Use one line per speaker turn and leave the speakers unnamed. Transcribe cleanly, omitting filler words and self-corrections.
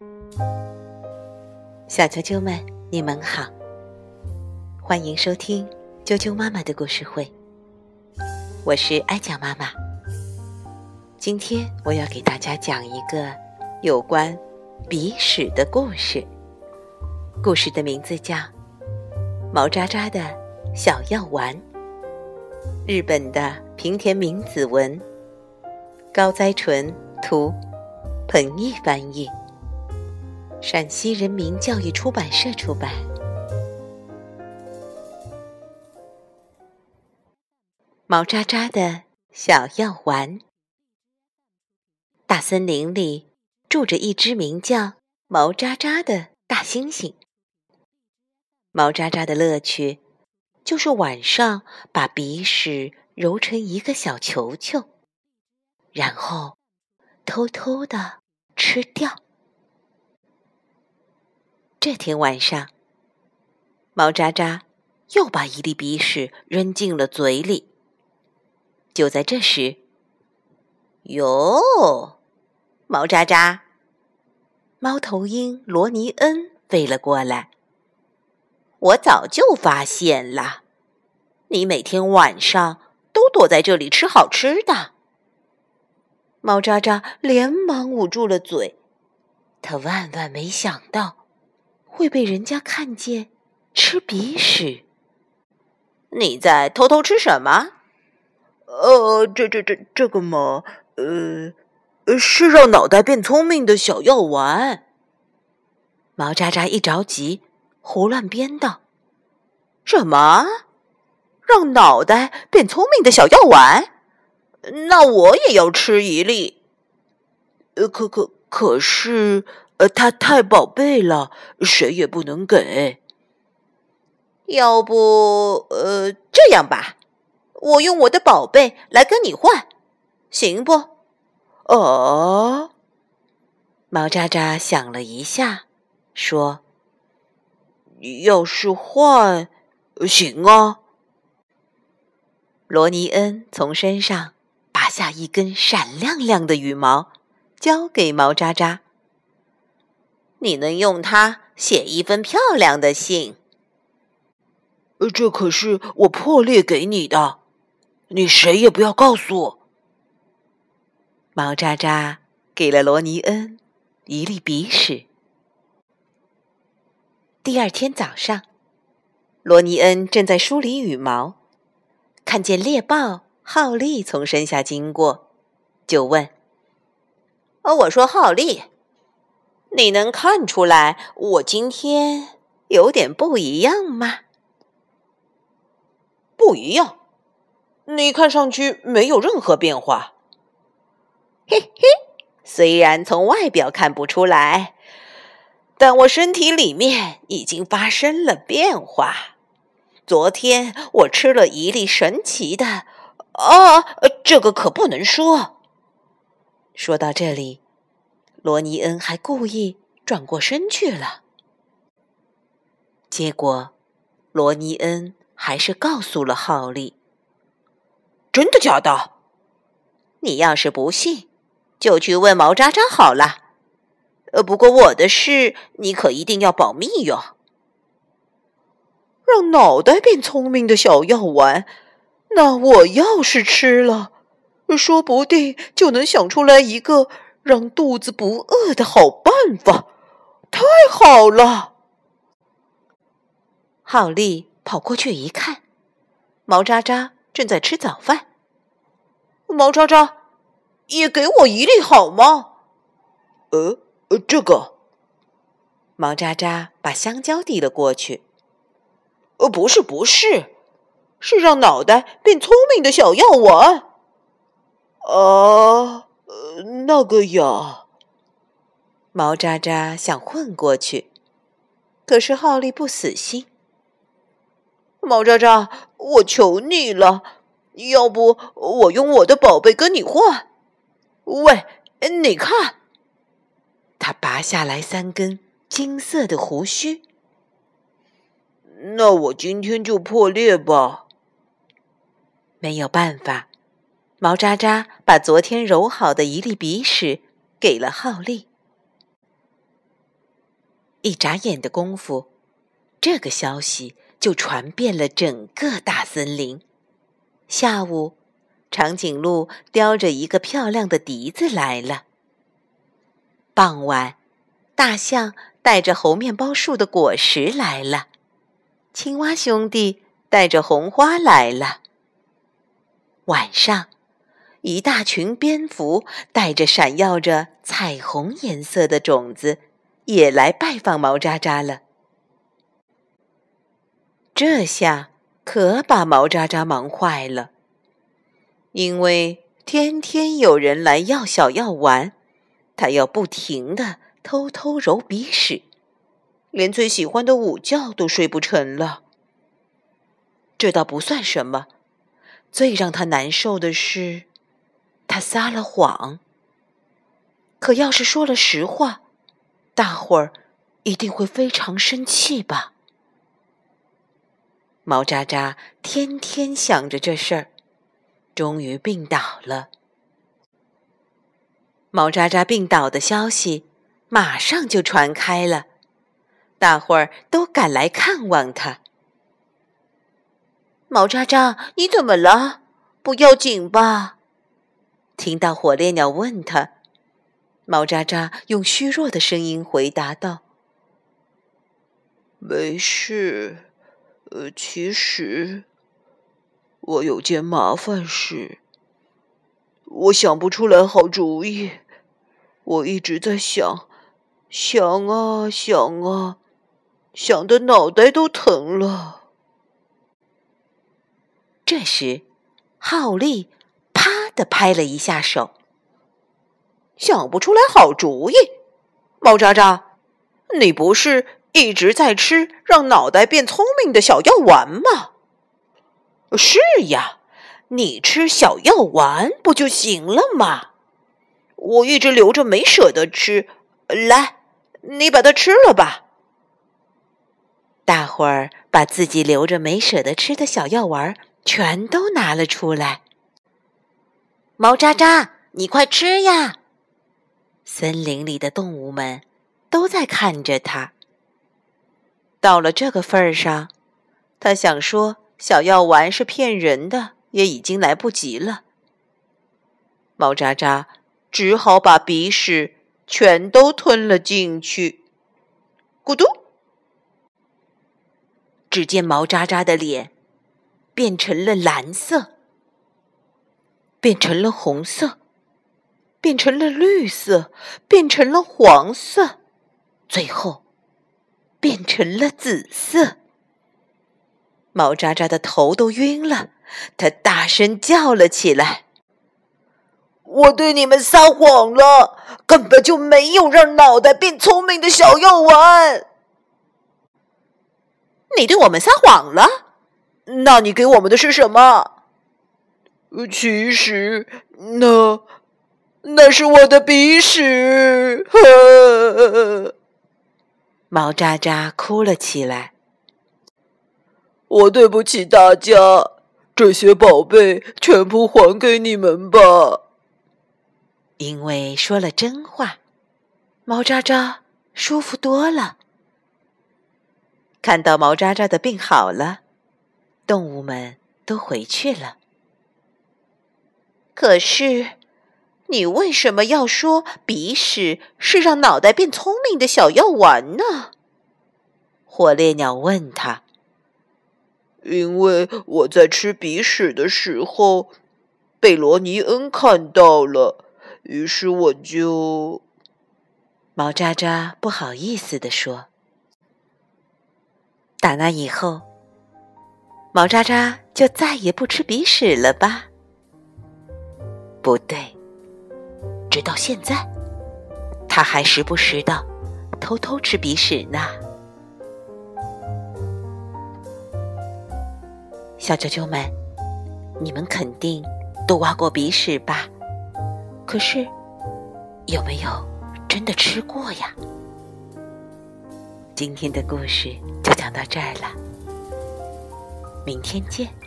小啾啾们，你们好，欢迎收听啾啾妈妈的故事会，我是艾酱妈妈。今天我要给大家讲一个有关鼻屎的故事，故事的名字叫《毛渣渣的小药丸》，日本的平田明子文，高哉纯图，彭毅翻译，陕西人民教育出版社出版。毛渣渣的小药丸。大森林里住着一只名叫毛渣渣的大猩猩。毛渣渣的乐趣就是晚上把鼻屎揉成一个小球球，然后偷偷地吃掉。这天晚上，毛渣渣又把一粒鼻屎扔进了嘴里。就在这时，哟，毛渣渣，猫头鹰罗尼恩飞了过来。我早就发现了，你每天晚上都躲在这里吃好吃的。毛渣渣连忙捂住了嘴，他万万没想到会被人家看见吃鼻屎。你在偷偷吃什么？
这个嘛，是让脑袋变聪明的小药丸。
毛渣渣一着急，胡乱编道：什么？让脑袋变聪明的小药丸？那我也要吃一粒。
可是，它太宝贝了，谁也不能给。
要不，这样吧，我用我的宝贝来跟你换，行不？
啊！
毛渣渣想了一下，说：
要是换，行啊。
罗尼恩从身上拔下一根闪亮亮的羽毛，交给毛渣渣。你能用它写一封漂亮的信。
这可是我破裂给你的，你谁也不要告诉我。
毛渣渣给了罗尼恩一粒鼻屎。第二天早上，罗尼恩正在梳理羽毛，看见猎豹浩利从身下经过，就问：我说浩利，你能看出来我今天有点不一样吗？
不一样，你看上去没有任何变化。
嘿嘿，虽然从外表看不出来，但我身体里面已经发生了变化。昨天我吃了一粒神奇的……这个可不能说。说到这里，罗尼恩还故意转过身去了。结果，罗尼恩还是告诉了浩利。
真的假的？
你要是不信，就去问毛渣渣好了。不过我的事你可一定要保密哟。
让脑袋变聪明的小药丸，那我要是吃了，说不定就能想出来一个让肚子不饿的好办法。太好了！
浩利跑过去一看，毛渣渣正在吃早饭。
毛渣渣，也给我一粒好吗？这个。
毛渣渣把香蕉递了过去。
不是，是让脑袋变聪明的小药丸。那个呀。
毛渣渣想混过去，可是浩利不死心。
毛渣渣，我求你了，要不我用我的宝贝跟你换？喂，你看。
他拔下来3根金色的胡须。
那我今天就破裂吧。
没有办法，毛渣渣把昨天揉好的一粒鼻屎给了浩利。 一眨眼的功夫，这个消息就传遍了整个大森林。下午，长颈鹿叼着一个漂亮的笛子来了。傍晚，大象带着猴面包树的果实来了。青蛙兄弟带着红花来了。晚上，一大群蝙蝠带着闪耀着彩虹颜色的种子也来拜访毛渣渣了。这下可把毛渣渣忙坏了，因为天天有人来要小药丸，他要不停地偷偷揉鼻屎，连最喜欢的午觉都睡不成了。这倒不算什么，最让他难受的是，他撒了谎。可要是说了实话，大伙儿一定会非常生气吧。毛渣渣天天想着这事儿，终于病倒了。毛渣渣病倒的消息马上就传开了，大伙儿都赶来看望他。毛渣渣，你怎么了？不要紧吧？听到火烈鸟问他，毛渣渣用虚弱的声音回答道：
没事，其实我有件麻烦事，我想不出来好主意，我一直在想啊想啊，想得脑袋都疼了。
这时，浩利啪地拍了一下手。想不出来好主意？毛渣渣，你不是一直在吃让脑袋变聪明的小药丸吗？是呀，你吃小药丸不就行了吗？我一直留着没舍得吃，来，你把它吃了吧。大伙儿把自己留着没舍得吃的小药丸全都拿了出来。毛渣渣，你快吃呀！森林里的动物们都在看着他。到了这个份儿上，他想说小药丸是骗人的，也已经来不及了。毛渣渣只好把鼻屎全都吞了进去。咕嘟！只见毛渣渣的脸变成了蓝色，变成了红色，变成了绿色，变成了黄色，最后变成了紫色。毛渣渣的头都晕了，他大声叫了起来：我对你们撒谎了，根本就没有让脑袋变聪明的小药丸。你对我们撒谎了？那你给我们的是什么？其实，那是我的鼻屎。毛渣渣哭了起来。我对不起大家，这些宝贝全部还给你们吧。因为说了真话，毛渣渣舒服多了。看到毛渣渣的病好了，动物们都回去了。可是，你为什么要说鼻屎是让脑袋变聪明的小药丸呢？火烈鸟问他。因为我在吃鼻屎的时候，被罗尼恩看到了，于是我就……毛渣渣不好意思地说。打那以后，毛渣渣就再也不吃鼻屎了吧？不对，直到现在，他还时不时地偷偷吃鼻屎呢。小啾啾们，你们肯定都挖过鼻屎吧？可是，有没有真的吃过呀？今天的故事就讲到这儿了，明天见。